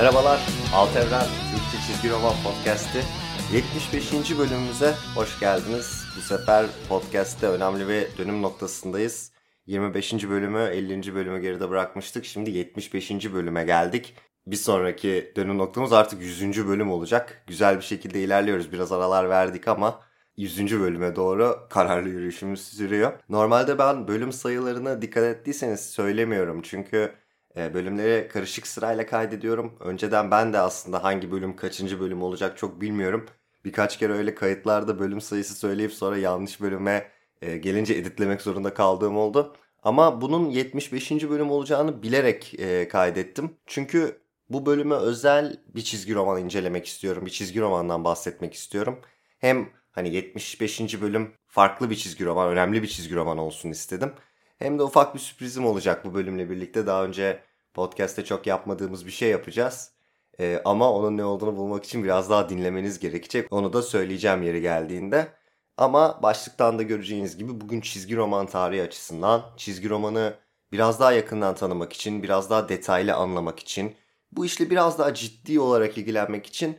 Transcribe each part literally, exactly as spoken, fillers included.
Merhabalar, Alt Evren Türkçe Çizgi Roman Podcast'i yetmiş beşinci bölümümüze hoş geldiniz. Bu sefer podcast'te önemli bir dönüm noktasındayız. yirmi beşinci bölümü, ellinci bölümü geride bırakmıştık. Şimdi yetmiş beşinci bölüme geldik. Bir sonraki dönüm noktamız artık yüzüncü bölüm olacak. Güzel bir şekilde ilerliyoruz. Biraz aralar verdik ama yüzüncü bölüme doğru kararlı yürüyüşümüz sürüyor. Normalde ben bölüm sayılarını dikkat ettiyseniz söylemiyorum. Çünkü bölümleri karışık sırayla kaydediyorum. Önceden ben de aslında hangi bölüm kaçıncı bölüm olacak çok bilmiyorum. Birkaç kere öyle kayıtlarda bölüm sayısı söyleyip sonra yanlış bölüme gelince editlemek zorunda kaldığım oldu. Ama bunun yetmiş beşinci bölüm olacağını bilerek kaydettim. Çünkü bu bölüme özel bir çizgi roman incelemek istiyorum. Bir çizgi romandan bahsetmek istiyorum. Hem hani yetmiş beşinci bölüm farklı bir çizgi roman, önemli bir çizgi roman olsun istedim. Hem de ufak bir sürprizim olacak bu bölümle birlikte. Daha önce podcast'te çok yapmadığımız bir şey yapacağız. Ee, ama onun ne olduğunu bulmak için biraz daha dinlemeniz gerekecek. Onu da söyleyeceğim yeri geldiğinde. Ama başlıktan da göreceğiniz gibi bugün çizgi roman tarihi açısından, çizgi romanı biraz daha yakından tanımak için, biraz daha detaylı anlamak için, bu işle biraz daha ciddi olarak ilgilenmek için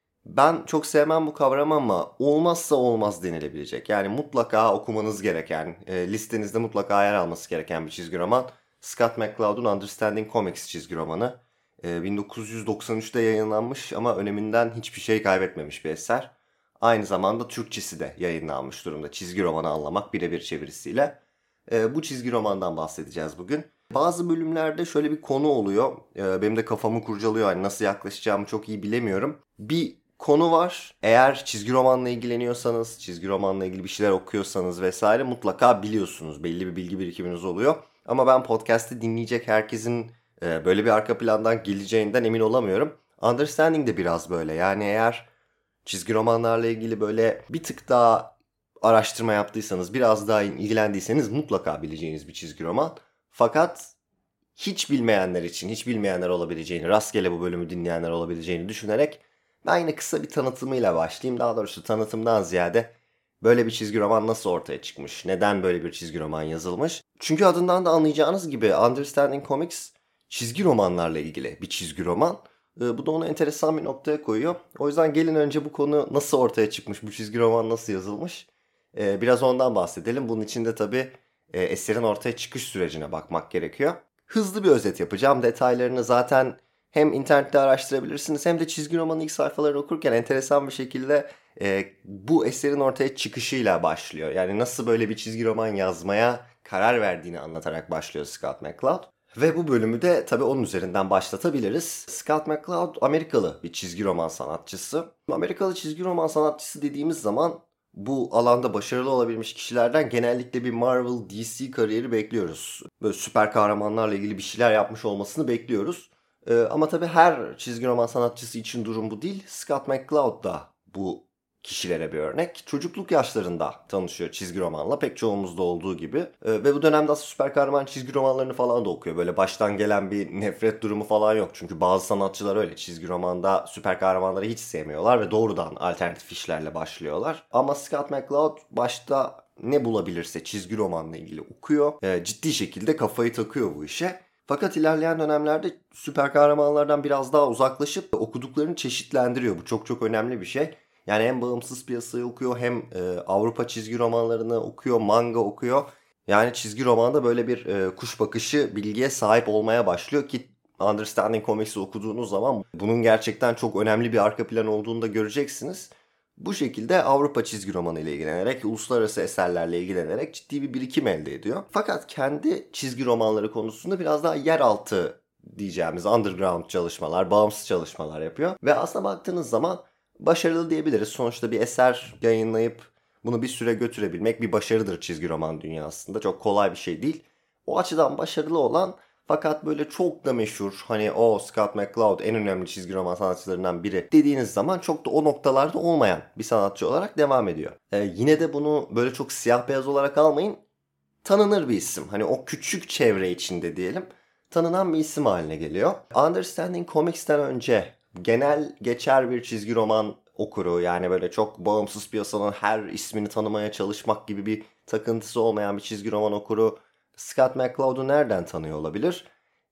ben çok sevmem bu kavramı ama olmazsa olmaz denilebilecek. Yani mutlaka okumanız gereken, e, listenizde mutlaka yer alması gereken bir çizgi roman. Scott McCloud'un Understanding Comics çizgi romanı. E, bin dokuz yüz doksan üçte yayınlanmış ama öneminden hiçbir şey kaybetmemiş bir eser. Aynı zamanda Türkçesi de yayınlanmış durumda. Çizgi romanı anlamak birebir çevirisiyle. E, bu çizgi romandan bahsedeceğiz bugün. Bazı bölümlerde şöyle bir konu oluyor. E, benim de kafamı kurcalıyor. Yani nasıl yaklaşacağımı çok iyi bilemiyorum. Bir konu var. Eğer çizgi romanla ilgileniyorsanız, çizgi romanla ilgili bir şeyler okuyorsanız vesaire mutlaka biliyorsunuz. Belli bir bilgi birikiminiz oluyor. Ama ben podcast'ı dinleyecek herkesin e, böyle bir arka plandan geleceğinden emin olamıyorum. Understanding de biraz böyle. Yani eğer çizgi romanlarla ilgili böyle bir tık daha araştırma yaptıysanız, biraz daha ilgilendiyseniz mutlaka bileceğiniz bir çizgi roman. Fakat hiç bilmeyenler için, hiç bilmeyenler olabileceğini, rastgele bu bölümü dinleyenler olabileceğini düşünerek ben yine kısa bir tanıtımıyla başlayayım. Daha doğrusu tanıtımdan ziyade böyle bir çizgi roman nasıl ortaya çıkmış? Neden böyle bir çizgi roman yazılmış? Çünkü adından da anlayacağınız gibi Understanding Comics çizgi romanlarla ilgili bir çizgi roman. Bu da onu enteresan bir noktaya koyuyor. O yüzden gelin önce bu konu nasıl ortaya çıkmış, bu çizgi roman nasıl yazılmış? Biraz ondan bahsedelim. Bunun için de tabii eserin ortaya çıkış sürecine bakmak gerekiyor. Hızlı bir özet yapacağım. Detaylarını zaten hem internette araştırabilirsiniz hem de çizgi romanın ilk sayfalarını okurken enteresan bir şekilde e, bu eserin ortaya çıkışıyla başlıyor. Yani nasıl böyle bir çizgi roman yazmaya karar verdiğini anlatarak başlıyor Scott McCloud. Ve bu bölümü de tabii onun üzerinden başlatabiliriz. Scott McCloud Amerikalı bir çizgi roman sanatçısı. Amerikalı çizgi roman sanatçısı dediğimiz zaman bu alanda başarılı olabilmiş kişilerden genellikle bir Marvel, D C kariyeri bekliyoruz. Böyle süper kahramanlarla ilgili bir şeyler yapmış olmasını bekliyoruz. Ee, ama tabii her çizgi roman sanatçısı için durum bu değil. Scott McCloud da bu kişilere bir örnek. Çocukluk yaşlarında tanışıyor çizgi romanla, pek çoğumuzda olduğu gibi. Ee, ve bu dönemde aslında süper kahraman çizgi romanlarını falan da okuyor. Böyle baştan gelen bir nefret durumu falan yok. Çünkü bazı sanatçılar öyle çizgi romanda süper kahramanları hiç sevmiyorlar ve doğrudan alternatif işlerle başlıyorlar. Ama Scott McCloud başta ne bulabilirse çizgi romanla ilgili okuyor. Ee, ciddi şekilde kafayı takıyor bu işe. Fakat ilerleyen dönemlerde süper kahramanlardan biraz daha uzaklaşıp okuduklarını çeşitlendiriyor. Bu çok çok önemli bir şey. Yani hem bağımsız piyasayı okuyor hem e, Avrupa çizgi romanlarını okuyor, manga okuyor. Yani çizgi romanda böyle bir e, kuş bakışı bilgiye sahip olmaya başlıyor ki Understanding Comics'i okuduğunuz zaman bunun gerçekten çok önemli bir arka plan olduğunu da göreceksiniz. Bu şekilde Avrupa çizgi romanı ile ilgilenerek, uluslararası eserlerle ilgilenerek ciddi bir birikim elde ediyor. Fakat kendi çizgi romanları konusunda biraz daha yeraltı diyeceğimiz underground çalışmalar, bağımsız çalışmalar yapıyor. Ve aslına baktığınız zaman başarılı diyebiliriz. Sonuçta bir eser yayınlayıp bunu bir süre götürebilmek bir başarıdır çizgi roman dünyasında. Çok kolay bir şey değil. O açıdan başarılı olan fakat böyle çok da meşhur, hani o Scott McCloud en önemli çizgi roman sanatçılarından biri dediğiniz zaman çok da o noktalarda olmayan bir sanatçı olarak devam ediyor. Ee, yine de bunu böyle çok siyah beyaz olarak almayın. Tanınır bir isim. Hani o küçük çevre içinde diyelim. Tanınan bir isim haline geliyor. Understanding Comics'ten önce genel geçer bir çizgi roman okuru, yani böyle çok bağımsız piyasanın her ismini tanımaya çalışmak gibi bir takıntısı olmayan bir çizgi roman okuru Scott McCloud'u nereden tanıyor olabilir?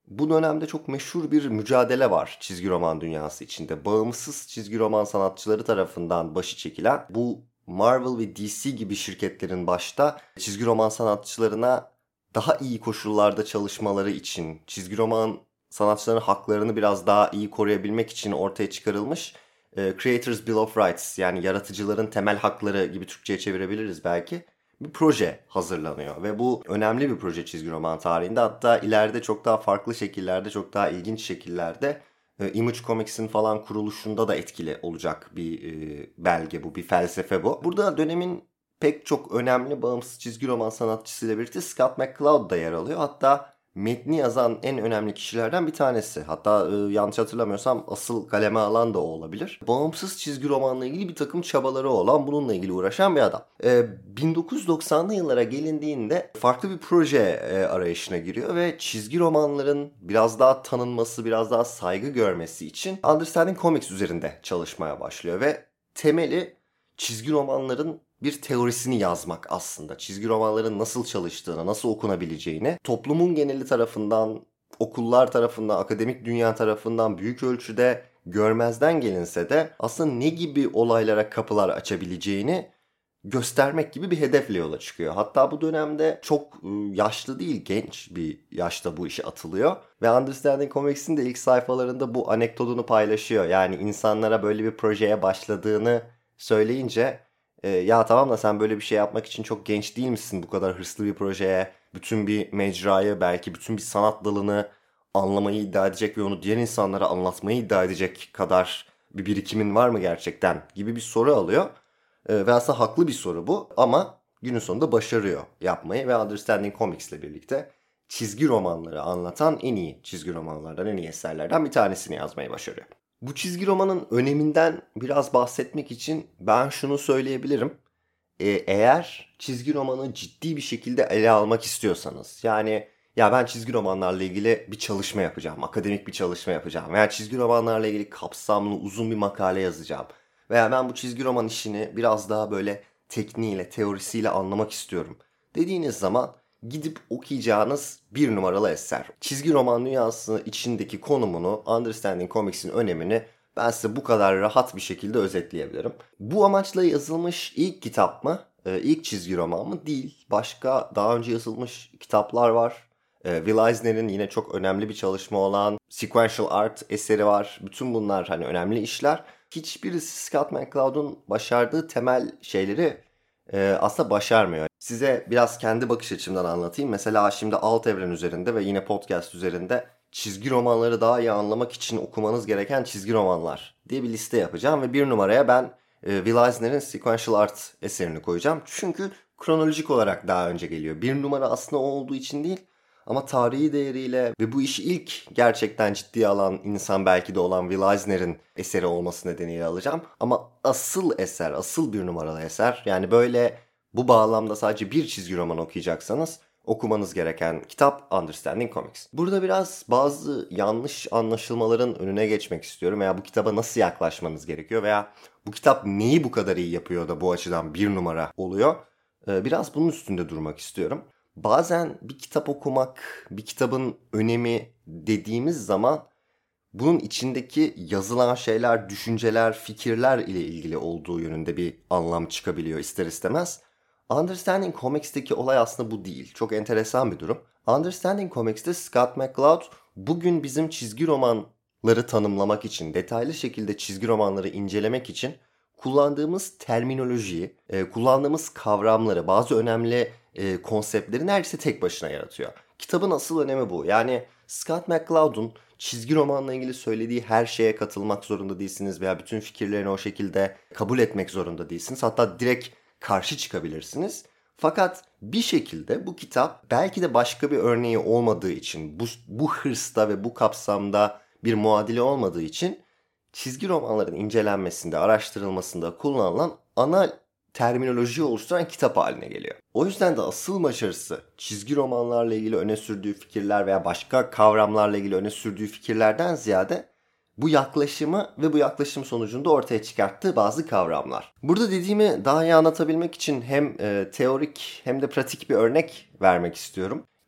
Bu dönemde çok meşhur bir mücadele var çizgi roman dünyası içinde. Bağımsız çizgi roman sanatçıları tarafından başı çekilen, bu Marvel ve D C gibi şirketlerin başta çizgi roman sanatçılarına daha iyi koşullarda çalışmaları için, çizgi roman sanatçıların haklarını biraz daha iyi koruyabilmek için ortaya çıkarılmış e, Creators Bill of Rights, yani yaratıcıların temel hakları gibi Türkçe'ye çevirebiliriz belki, bir proje hazırlanıyor. Ve bu önemli bir proje çizgi roman tarihinde. Hatta ileride çok daha farklı şekillerde, çok daha ilginç şekillerde e, Image Comics'in falan kuruluşunda da etkili olacak bir e, belge bu, bir felsefe bu. Burada dönemin pek çok önemli bağımsız çizgi roman sanatçısıyla birlikte Scott McCloud da yer alıyor. Hatta metni yazan en önemli kişilerden bir tanesi. Hatta e, yanlış hatırlamıyorsam asıl kaleme alan da o olabilir. Bağımsız çizgi romanla ilgili bir takım çabaları olan, bununla ilgili uğraşan bir adam. E, bin dokuz yüz doksanlı yıllara gelindiğinde farklı bir proje e, arayışına giriyor ve çizgi romanların biraz daha tanınması, biraz daha saygı görmesi için Understanding Comics üzerinde çalışmaya başlıyor ve temeli çizgi romanların bir teorisini yazmak aslında. Çizgi romanların nasıl çalıştığını, nasıl okunabileceğini, toplumun geneli tarafından, okullar tarafından, akademik dünya tarafından büyük ölçüde görmezden gelinse de aslında ne gibi olaylara kapılar açabileceğini göstermek gibi bir hedefle yola çıkıyor. Hatta bu dönemde çok yaşlı değil, genç bir yaşta bu işe atılıyor. Ve Understanding Comics'in de ilk sayfalarında bu anekdotunu paylaşıyor. Yani insanlara böyle bir projeye başladığını söyleyince e, ya tamam da sen böyle bir şey yapmak için çok genç değil misin, bu kadar hırslı bir projeye, bütün bir mecrayı, belki bütün bir sanat dalını anlamayı iddia edecek ve onu diğer insanlara anlatmayı iddia edecek kadar bir birikimin var mı gerçekten gibi bir soru alıyor. E, ve aslında haklı bir soru bu, ama günün sonunda başarıyor yapmayı ve Understanding Comics'le birlikte çizgi romanları anlatan en iyi çizgi romanlardan, en iyi eserlerden bir tanesini yazmayı başarıyor. Bu çizgi romanın öneminden biraz bahsetmek için ben şunu söyleyebilirim. Ee, eğer çizgi romanı ciddi bir şekilde ele almak istiyorsanız, yani ya ben çizgi romanlarla ilgili bir çalışma yapacağım, akademik bir çalışma yapacağım veya çizgi romanlarla ilgili kapsamlı uzun bir makale yazacağım veya ben bu çizgi roman işini biraz daha böyle tekniğiyle, teorisiyle anlamak istiyorum dediğiniz zaman gidip okuyacağınız bir numaralı eser. Çizgi roman dünyası içindeki konumunu, Understanding Comics'in önemini ben size bu kadar rahat bir şekilde özetleyebilirim. Bu amaçla yazılmış ilk kitap mı? Ee, ilk çizgi roman mı? Değil. Başka daha önce yazılmış kitaplar var. Ee, Will Eisner'in yine çok önemli bir çalışma olan Sequential Art eseri var. Bütün bunlar hani önemli işler. Hiçbirisi Scott McCloud'un başardığı temel şeyleri e, aslında başarmıyor. Size biraz kendi bakış açımdan anlatayım. Mesela şimdi Alt Evren üzerinde ve yine podcast üzerinde çizgi romanları daha iyi anlamak için okumanız gereken çizgi romanlar diye bir liste yapacağım. Ve bir numaraya ben e, Will Eisner'in Sequential Art eserini koyacağım. Çünkü kronolojik olarak daha önce geliyor. Bir numara aslında o olduğu için değil, ama tarihi değeriyle ve bu işi ilk gerçekten ciddiye alan insan belki de olan Will Eisner'in eseri olması nedeniyle alacağım. Ama asıl eser, asıl bir numaralı eser, yani böyle bu bağlamda sadece bir çizgi roman okuyacaksanız okumanız gereken kitap Understanding Comics. Burada biraz bazı yanlış anlaşılmaların önüne geçmek istiyorum veya bu kitaba nasıl yaklaşmanız gerekiyor veya bu kitap neyi bu kadar iyi yapıyor da bu açıdan bir numara oluyor. Biraz bunun üstünde durmak istiyorum. Bazen bir kitap okumak, bir kitabın önemi dediğimiz zaman bunun içindeki yazılan şeyler, düşünceler, fikirler ile ilgili olduğu yönünde bir anlam çıkabiliyor ister istemez. Understanding Comics'teki olay aslında bu değil. Çok enteresan bir durum. Understanding Comics'te Scott McCloud bugün bizim çizgi romanları tanımlamak için, detaylı şekilde çizgi romanları incelemek için kullandığımız terminolojiyi, kullandığımız kavramları, bazı önemli e, konseptleri neredeyse tek başına yaratıyor. Kitabın asıl önemi bu. Yani Scott McCloud'un çizgi romanla ilgili söylediği her şeye katılmak zorunda değilsiniz veya bütün fikirlerini o şekilde kabul etmek zorunda değilsiniz. Hatta direkt karşı çıkabilirsiniz. Fakat bir şekilde bu kitap belki de başka bir örneği olmadığı için, bu, bu hırsta ve bu kapsamda bir muadili olmadığı için çizgi romanların incelenmesinde, araştırılmasında kullanılan ana terminolojiyi oluşturan kitap haline geliyor. O yüzden de asıl başarısı çizgi romanlarla ilgili öne sürdüğü fikirler veya başka kavramlarla ilgili öne sürdüğü fikirlerden ziyade bu yaklaşımı ve bu yaklaşım sonucunda ortaya çıkarttığı bazı kavramlar. Burada dediğimi daha iyi anlatabilmek için hem e, teorik hem de pratik bir örnek vermek istiyorum.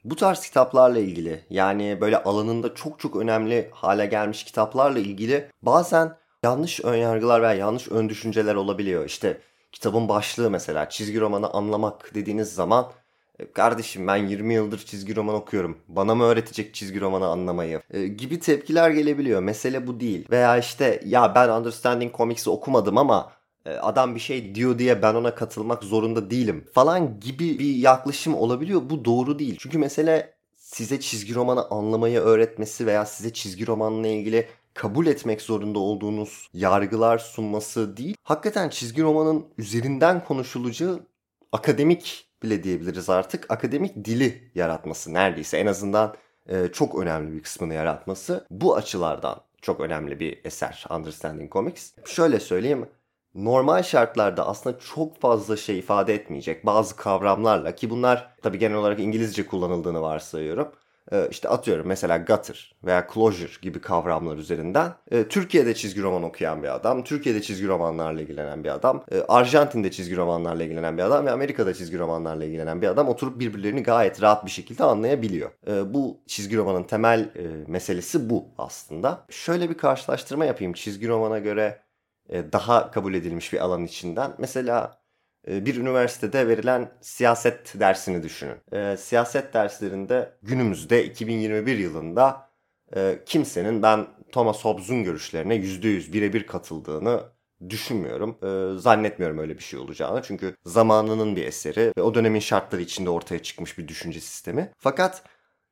Bu tarz kitaplarla ilgili, yani böyle alanında çok çok önemli hale gelmiş kitaplarla ilgili bazen yanlış önyargılar veya yanlış ön düşünceler olabiliyor. İşte kitabın başlığı mesela çizgi romanı anlamak dediğiniz zaman "E, kardeşim ben yirmi yıldır çizgi roman okuyorum. Bana mı öğretecek çizgi romanı anlamayı?" E, gibi tepkiler gelebiliyor. Mesele bu değil. Veya işte ya ben Understanding Comics'i okumadım ama e, adam bir şey diyor diye ben ona katılmak zorunda değilim falan gibi bir yaklaşım olabiliyor. Bu doğru değil. Çünkü mesele size çizgi romanı anlamayı öğretmesi veya size çizgi romanla ilgili kabul etmek zorunda olduğunuz yargılar sunması değil. Hakikaten çizgi romanın üzerinden konuşulacağı akademik bile diyebiliriz artık. Akademik dili yaratması neredeyse en azından e, çok önemli bir kısmını yaratması. Bu açılardan çok önemli bir eser Understanding Comics. Şöyle söyleyeyim. Normal şartlarda aslında çok fazla şey ifade etmeyecek bazı kavramlarla ki bunlar tabii genel olarak İngilizce kullanıldığını varsayıyorum. Ee, işte atıyorum mesela gutter veya closure gibi kavramlar üzerinden e, Türkiye'de çizgi roman okuyan bir adam, Türkiye'de çizgi romanlarla ilgilenen bir adam, e, Arjantin'de çizgi romanlarla ilgilenen bir adam ve Amerika'da çizgi romanlarla ilgilenen bir adam oturup birbirlerini gayet rahat bir şekilde anlayabiliyor. E, bu çizgi romanın temel e, meselesi bu aslında. Şöyle bir karşılaştırma yapayım çizgi romana göre e, daha kabul edilmiş bir alan içinden. Mesela e, bir üniversitede verilen siyaset dersini düşünün. E, siyaset derslerinde günümüzde iki bin yirmi bir yılında e, kimsenin ben Thomas Hobbes'un görüşlerine yüzde yüz birebir katıldığını düşünmüyorum. E, zannetmiyorum öyle bir şey olacağını. Çünkü zamanının bir eseri ve o dönemin şartları içinde ortaya çıkmış bir düşünce sistemi. Fakat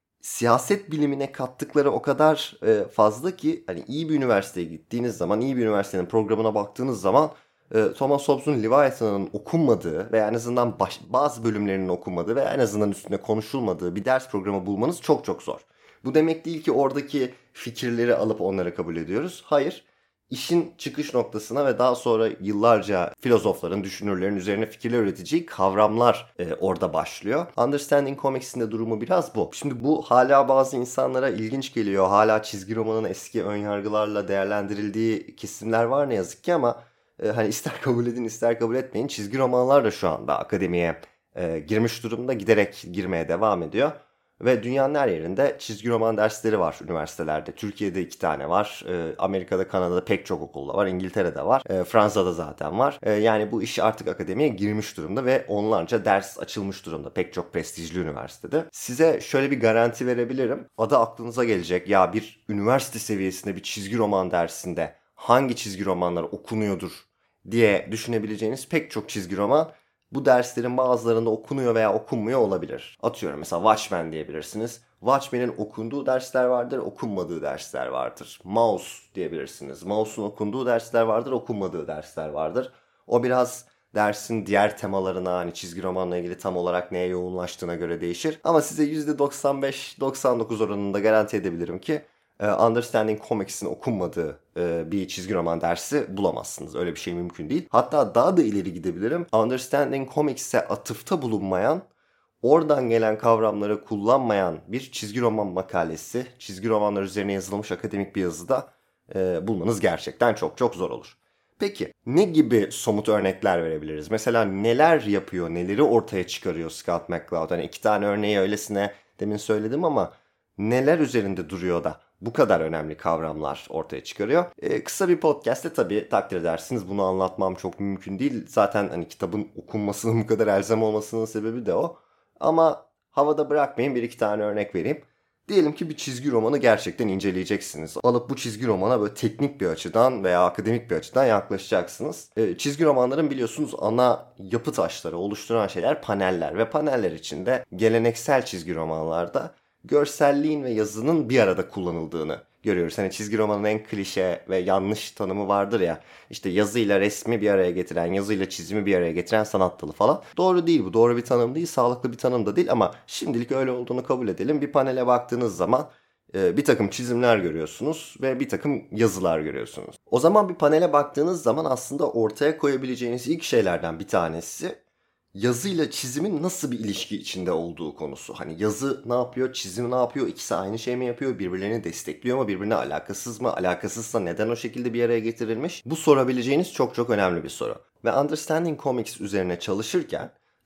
siyaset bilimine kattıkları o kadar e, fazla ki hani iyi bir üniversiteye gittiğiniz zaman, iyi bir üniversitenin programına baktığınız zaman e, Thomas Hobbes'un Leviathan'ın okunmadığı veya en azından baş, bazı bölümlerinin okunmadığı veya en azından üstüne konuşulmadığı bir ders programı bulmanız çok çok zor. Bu demek değil ki oradaki fikirleri alıp onları kabul ediyoruz. Hayır. İşin çıkış noktasına ve daha sonra yıllarca filozofların, düşünürlerin üzerine fikirler üreteceği kavramlar e, orada başlıyor. Understanding Comics'in de durumu biraz bu. Şimdi bu hala bazı insanlara ilginç geliyor. Hala çizgi romanın eski önyargılarla değerlendirildiği kesimler var ne yazık ki ama e, hani ister kabul edin ister kabul etmeyin. Çizgi romanlar da şu anda akademiye e, girmiş durumda, giderek girmeye devam ediyor. Ve dünyanın her yerinde çizgi roman dersleri var üniversitelerde. Türkiye'de iki tane var. E, Amerika'da, Kanada'da pek çok okulda var. İngiltere'de var. E, Fransa'da zaten var. E, yani bu iş artık akademiye girmiş durumda ve onlarca ders açılmış durumda. Pek çok prestijli üniversitede. Size şöyle bir garanti verebilirim. Adı aklınıza gelecek. Ya bir üniversite seviyesinde bir çizgi roman dersinde hangi çizgi romanlar okunuyordur diye düşünebileceğiniz pek çok çizgi roman bu derslerin bazılarında okunuyor veya okunmuyor olabilir. Atıyorum mesela Watchmen diyebilirsiniz. Watchmen'in okunduğu dersler vardır, okunmadığı dersler vardır. Mouse diyebilirsiniz. Mouse'un okunduğu dersler vardır, okunmadığı dersler vardır. O biraz dersin diğer temalarına hani çizgi romanla ilgili tam olarak neye yoğunlaştığına göre değişir. Ama size yüzde doksan beş doksan dokuz oranında garanti edebilirim ki Understanding Comics'in okunmadığı bir çizgi roman dersi bulamazsınız. Öyle bir şey mümkün değil. Hatta daha da ileri gidebilirim. Understanding Comics'e atıfta bulunmayan, oradan gelen kavramları kullanmayan bir çizgi roman makalesi, çizgi romanlar üzerine yazılmış akademik bir yazıda e, bulmanız gerçekten çok çok zor olur. Peki ne gibi somut örnekler verebiliriz? Mesela neler yapıyor, neleri ortaya çıkarıyor Scott McCloud? Hani iki tane örneği öylesine demin söyledim ama neler üzerinde duruyor da bu kadar önemli kavramlar ortaya çıkarıyor. Ee, kısa bir podcast'te tabii takdir edersiniz bunu anlatmam çok mümkün değil. Zaten hani kitabın okunmasının bu kadar elzem olmasının sebebi de o. Ama havada bırakmayın bir iki tane örnek vereyim. Diyelim ki bir çizgi romanı gerçekten inceleyeceksiniz. Alıp bu çizgi romana böyle teknik bir açıdan veya akademik bir açıdan yaklaşacaksınız. Ee, çizgi romanların biliyorsunuz ana yapı taşları oluşturan şeyler paneller ve paneller içinde geleneksel çizgi romanlarda görselliğin ve yazının bir arada kullanıldığını görüyoruz. Hani çizgi romanın en klişe ve yanlış tanımı vardır ya. İşte yazıyla resmi bir araya getiren, yazıyla çizimi bir araya getiren sanat dalı falan. Doğru değil bu. Doğru bir tanım değil, sağlıklı bir tanım da değil ama şimdilik öyle olduğunu kabul edelim. Bir panele baktığınız zaman bir takım çizimler görüyorsunuz ve bir takım yazılar görüyorsunuz. O zaman bir panele baktığınız zaman aslında ortaya koyabileceğiniz ilk şeylerden bir tanesi yazıyla çizimin nasıl bir ilişki içinde olduğu konusu. Hani yazı ne yapıyor, çizim ne yapıyor, ikisi aynı şey mi yapıyor, birbirlerini destekliyor mu, birbirine alakasız mı, alakasızsa neden o şekilde bir araya getirilmiş? Bu sorabileceğiniz çok çok önemli bir soru. Ve Understanding Comics üzerine çalışırken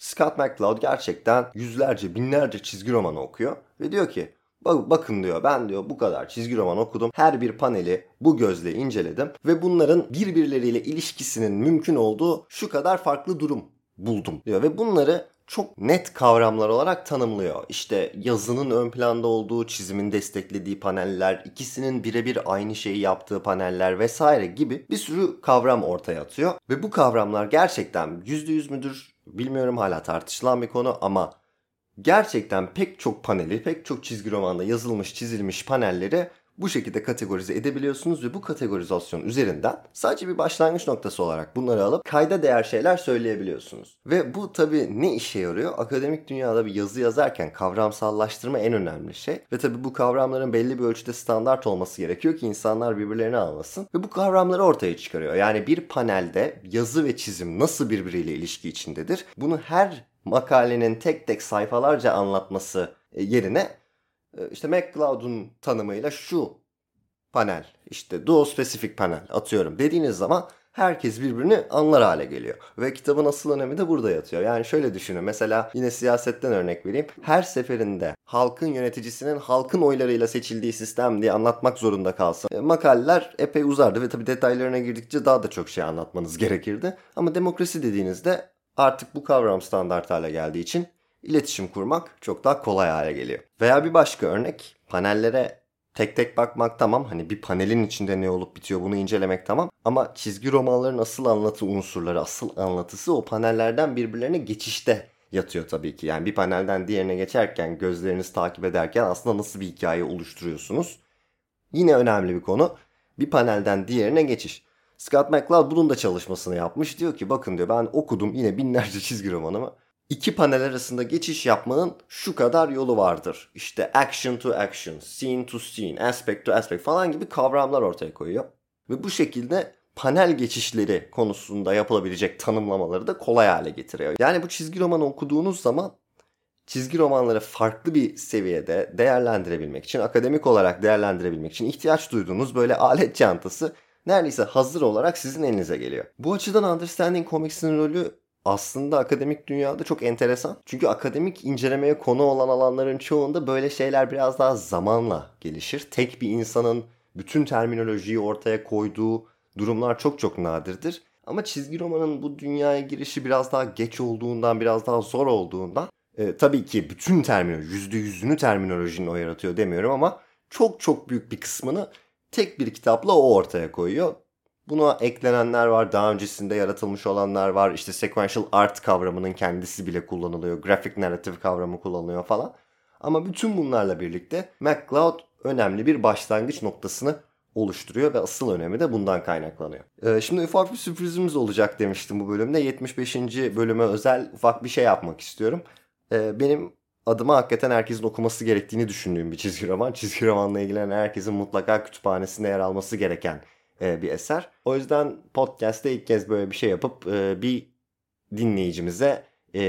Scott McCloud gerçekten yüzlerce, binlerce çizgi romanı okuyor ve diyor ki bakın diyor, ben diyor bu kadar çizgi roman okudum. Her bir paneli bu gözle inceledim ve bunların birbirleriyle ilişkisinin mümkün olduğu şu kadar farklı durum buldum diyor ve bunları çok net kavramlar olarak tanımlıyor. İşte yazının ön planda olduğu, çizimin desteklediği paneller, ikisinin birebir aynı şeyi yaptığı paneller vesaire gibi bir sürü kavram ortaya atıyor. Ve bu kavramlar gerçekten yüzde yüz müdür bilmiyorum, hala tartışılan bir konu ama gerçekten pek çok paneli, pek çok çizgi romanda yazılmış, çizilmiş panelleri bu şekilde kategorize edebiliyorsunuz ve bu kategorizasyon üzerinden sadece bir başlangıç noktası olarak bunları alıp kayda değer şeyler söyleyebiliyorsunuz. Ve bu tabii ne işe yarıyor? Akademik dünyada bir yazı yazarken kavramsallaştırma en önemli şey. Ve tabii bu kavramların belli bir ölçüde standart olması gerekiyor ki insanlar birbirlerini anlasın. Ve bu kavramları ortaya çıkarıyor. Yani bir panelde yazı ve çizim nasıl birbiriyle ilişki içindedir? Bunu her makalenin tek tek sayfalarca anlatması yerine İşte McCloud'un tanımıyla şu panel, işte duospesifik panel atıyorum dediğiniz zaman herkes birbirini anlar hale geliyor. Ve kitabın asıl önemi de burada yatıyor. Yani şöyle düşünün, mesela yine siyasetten örnek vereyim. Her seferinde halkın yöneticisinin halkın oylarıyla seçildiği sistem diye anlatmak zorunda kalsa e, makaleler epey uzardı ve tabii detaylarına girdikçe daha da çok şey anlatmanız gerekirdi. Ama demokrasi dediğinizde artık bu kavram standart hale geldiği için İletişim kurmak çok daha kolay hale geliyor. Veya bir başka örnek, panellere tek tek bakmak tamam, hani bir panelin içinde ne olup bitiyor bunu incelemek tamam, ama çizgi romanların asıl anlatı unsurları, asıl anlatısı o panellerden birbirlerine geçişte yatıyor tabii ki. Yani bir panelden diğerine geçerken, gözleriniz takip ederken aslında nasıl bir hikaye oluşturuyorsunuz? Yine önemli bir konu, bir panelden diğerine geçiş. Scott McCloud bunun da çalışmasını yapmış. Diyor ki bakın diyor, ben okudum yine binlerce çizgi romanımı. İki panel arasında geçiş yapmanın şu kadar yolu vardır. İşte action to action, scene to scene, aspect to aspect falan gibi kavramlar ortaya koyuyor. Ve bu şekilde panel geçişleri konusunda yapılabilecek tanımlamaları da kolay hale getiriyor. Yani bu çizgi romanı okuduğunuz zaman çizgi romanları farklı bir seviyede değerlendirebilmek için, akademik olarak değerlendirebilmek için ihtiyaç duyduğunuz böyle alet çantası neredeyse hazır olarak sizin elinize geliyor. Bu açıdan Understanding Comics'in rolü aslında akademik dünyada çok enteresan. Çünkü akademik incelemeye konu olan alanların çoğunda böyle şeyler biraz daha zamanla gelişir. Tek bir insanın bütün terminolojiyi ortaya koyduğu durumlar çok çok nadirdir. Ama çizgi romanın bu dünyaya girişi biraz daha geç olduğundan, biraz daha zor olduğundan e, tabii ki bütün terminoloji, yüzde yüzünü terminolojinin o yaratıyor demiyorum ama çok çok büyük bir kısmını tek bir kitapla o ortaya koyuyor. Buna eklenenler var, daha öncesinde yaratılmış olanlar var. İşte sequential art kavramının kendisi bile kullanılıyor. Graphic narrative kavramı kullanılıyor falan. Ama bütün bunlarla birlikte McCloud önemli bir başlangıç noktasını oluşturuyor ve asıl önemi de bundan kaynaklanıyor. Ee, şimdi ufak bir sürprizimiz olacak demiştim bu bölümde. yetmiş beşinci bölüme özel ufak bir şey yapmak istiyorum. Ee, benim adıma hakikaten herkesin okuması gerektiğini düşündüğüm bir çizgi roman. Çizgi romanla ilgilenen herkesin mutlaka kütüphanesinde yer alması gereken bir eser. O yüzden podcast'te ilk kez böyle bir şey yapıp bir dinleyicimize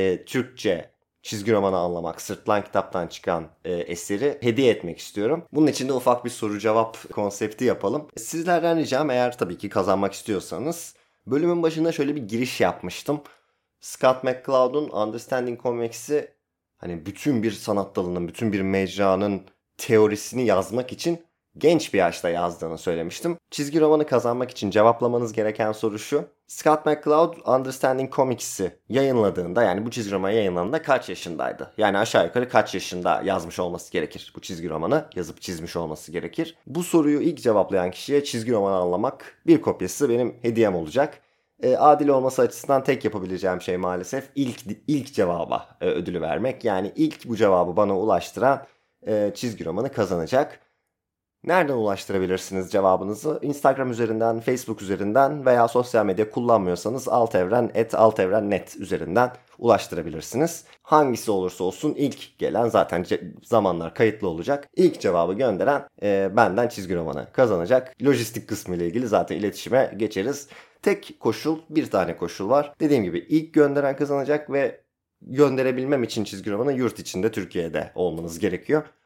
Türkçe çizgi romanı anlamak, Sırtlan kitaptan çıkan eseri hediye etmek istiyorum. Bunun için de ufak bir soru cevap konsepti yapalım. Sizlerden ricam, eğer tabii ki kazanmak istiyorsanız, bölümün başında şöyle bir giriş yapmıştım. Scott McCloud'un Understanding Comics'i hani bütün bir sanat dalının, bütün bir mecranın teorisini yazmak için genç bir yaşta yazdığını söylemiştim. Çizgi romanı kazanmak için cevaplamanız gereken soru şu: Scott McCloud Understanding Comics'i yayınladığında, yani bu çizgi roman yayınlandığında kaç yaşındaydı? Yani aşağı yukarı kaç yaşında yazmış olması gerekir? Bu çizgi romanı yazıp çizmiş olması gerekir. Bu soruyu ilk cevaplayan kişiye çizgi romanı anlamak bir kopyası benim hediyem olacak. E, adil olması açısından tek yapabileceğim şey maalesef ilk ilk cevaba e, ödülü vermek. Yani ilk bu cevabı bana ulaştıran e, çizgi romanı kazanacak. Nereden ulaştırabilirsiniz cevabınızı? Instagram üzerinden, Facebook üzerinden veya sosyal medya kullanmıyorsanız altevren et altevren net üzerinden ulaştırabilirsiniz. Hangisi olursa olsun ilk gelen, zaten ce- zamanlar kayıtlı olacak, İlk cevabı gönderen e, benden çizgi romanı kazanacak. Lojistik kısmı ile ilgili zaten iletişime geçeriz. Tek koşul, bir tane koşul var. Dediğim gibi ilk gönderen kazanacak ve gönderebilmem için çizgi romanı yurt içinde, Türkiye'de olmanız gerekiyor.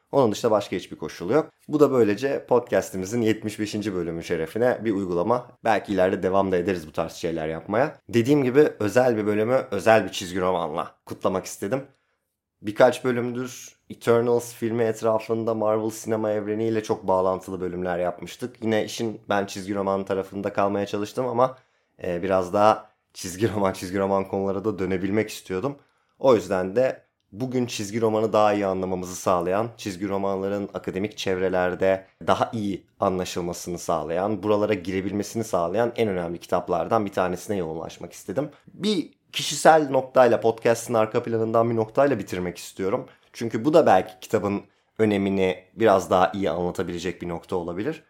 Onun dışında başka hiçbir koşul yok. Bu da böylece podcast'imizin yetmiş beşinci bölümü şerefine bir uygulama. Belki ileride devam da ederiz bu tarz şeyler yapmaya. Dediğim gibi özel bir bölümü özel bir çizgi romanla kutlamak istedim. Birkaç bölümdür Eternals filmi etrafında Marvel sinema evreniyle çok bağlantılı bölümler yapmıştık. Yine işin ben çizgi roman tarafında kalmaya çalıştım ama e, biraz daha çizgi roman çizgi roman konulara da dönebilmek istiyordum. O yüzden de bugün çizgi romanı daha iyi anlamamızı sağlayan, çizgi romanların akademik çevrelerde daha iyi anlaşılmasını sağlayan, buralara girebilmesini sağlayan en önemli kitaplardan bir tanesine yoğunlaşmak istedim. Bir kişisel noktayla, podcast'ın arka planından bir noktayla bitirmek istiyorum. Çünkü bu da belki kitabın önemini biraz daha iyi anlatabilecek bir nokta olabilir.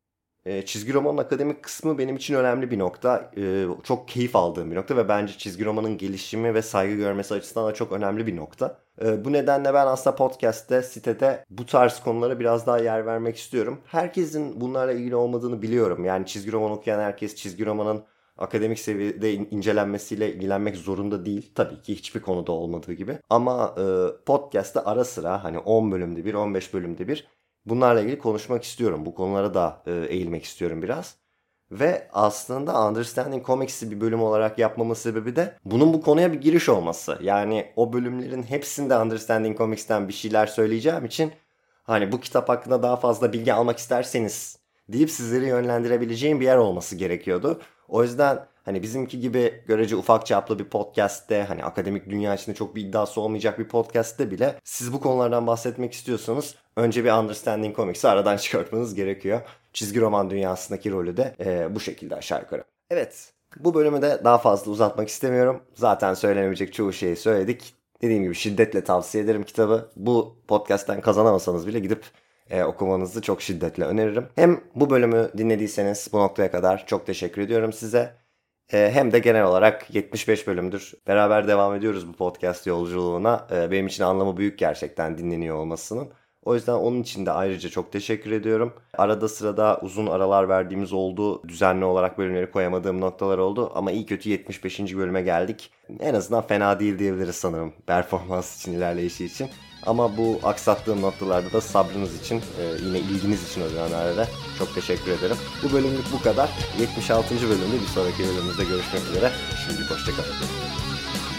E, çizgi romanın akademik kısmı benim için önemli bir nokta. E, çok keyif aldığım bir nokta ve bence çizgi romanın gelişimi ve saygı görmesi açısından da çok önemli bir nokta. E, bu nedenle ben aslında podcast'te, sitede bu tarz konulara biraz daha yer vermek istiyorum. Herkesin bunlarla ilgili olmadığını biliyorum. Yani çizgi roman okuyan herkes çizgi romanın akademik seviyede incelenmesiyle ilgilenmek zorunda değil. Tabii ki hiçbir konuda olmadığı gibi. Ama e, podcast'te ara sıra hani on bölümde bir, on beş bölümde bir bunlarla ilgili konuşmak istiyorum. Bu konulara da e, eğilmek istiyorum biraz. Ve aslında Understanding Comics'i bir bölüm olarak yapmamın sebebi de bunun bu konuya bir giriş olması. Yani o bölümlerin hepsinde Understanding Comics'ten bir şeyler söyleyeceğim için hani bu kitap hakkında daha fazla bilgi almak isterseniz deyip sizleri yönlendirebileceğim bir yer olması gerekiyordu. O yüzden hani bizimki gibi görece ufak çaplı bir podcast'te, hani akademik dünya içinde çok bir iddiası olmayacak bir podcast'te bile siz bu konulardan bahsetmek istiyorsanız önce bir Understanding Comics'i aradan çıkartmanız gerekiyor. Çizgi roman dünyasındaki rolü de e, bu şekilde aşağı yukarı. Evet, bu bölümü de daha fazla uzatmak istemiyorum. Zaten söylenebilecek çoğu şeyi söyledik. Dediğim gibi şiddetle tavsiye ederim kitabı. Bu podcast'ten kazanamasanız bile gidip E, okumanızı çok şiddetle öneririm. Hem bu bölümü dinlediyseniz bu noktaya kadar çok teşekkür ediyorum size. E, hem de genel olarak yetmiş beş bölümdür beraber devam ediyoruz bu podcast yolculuğuna. E, benim için anlamı büyük gerçekten dinleniyor olmasının. O yüzden onun için de ayrıca çok teşekkür ediyorum. Arada sırada uzun aralar verdiğimiz oldu. Düzenli olarak bölümleri koyamadığım noktalar oldu. Ama iyi kötü yetmiş beşinci bölüme geldik. En azından fena değil diyebiliriz sanırım. Performans için, ilerleyişi için. Ama bu aksattığım noktalarda da sabrınız için, e, yine ilginiz için o dönemlerde çok teşekkür ederim. Bu bölümlük bu kadar. yetmiş altıncı bölümde bir sonraki bölümümüzde görüşmek üzere. Şimdi hoşçakalın.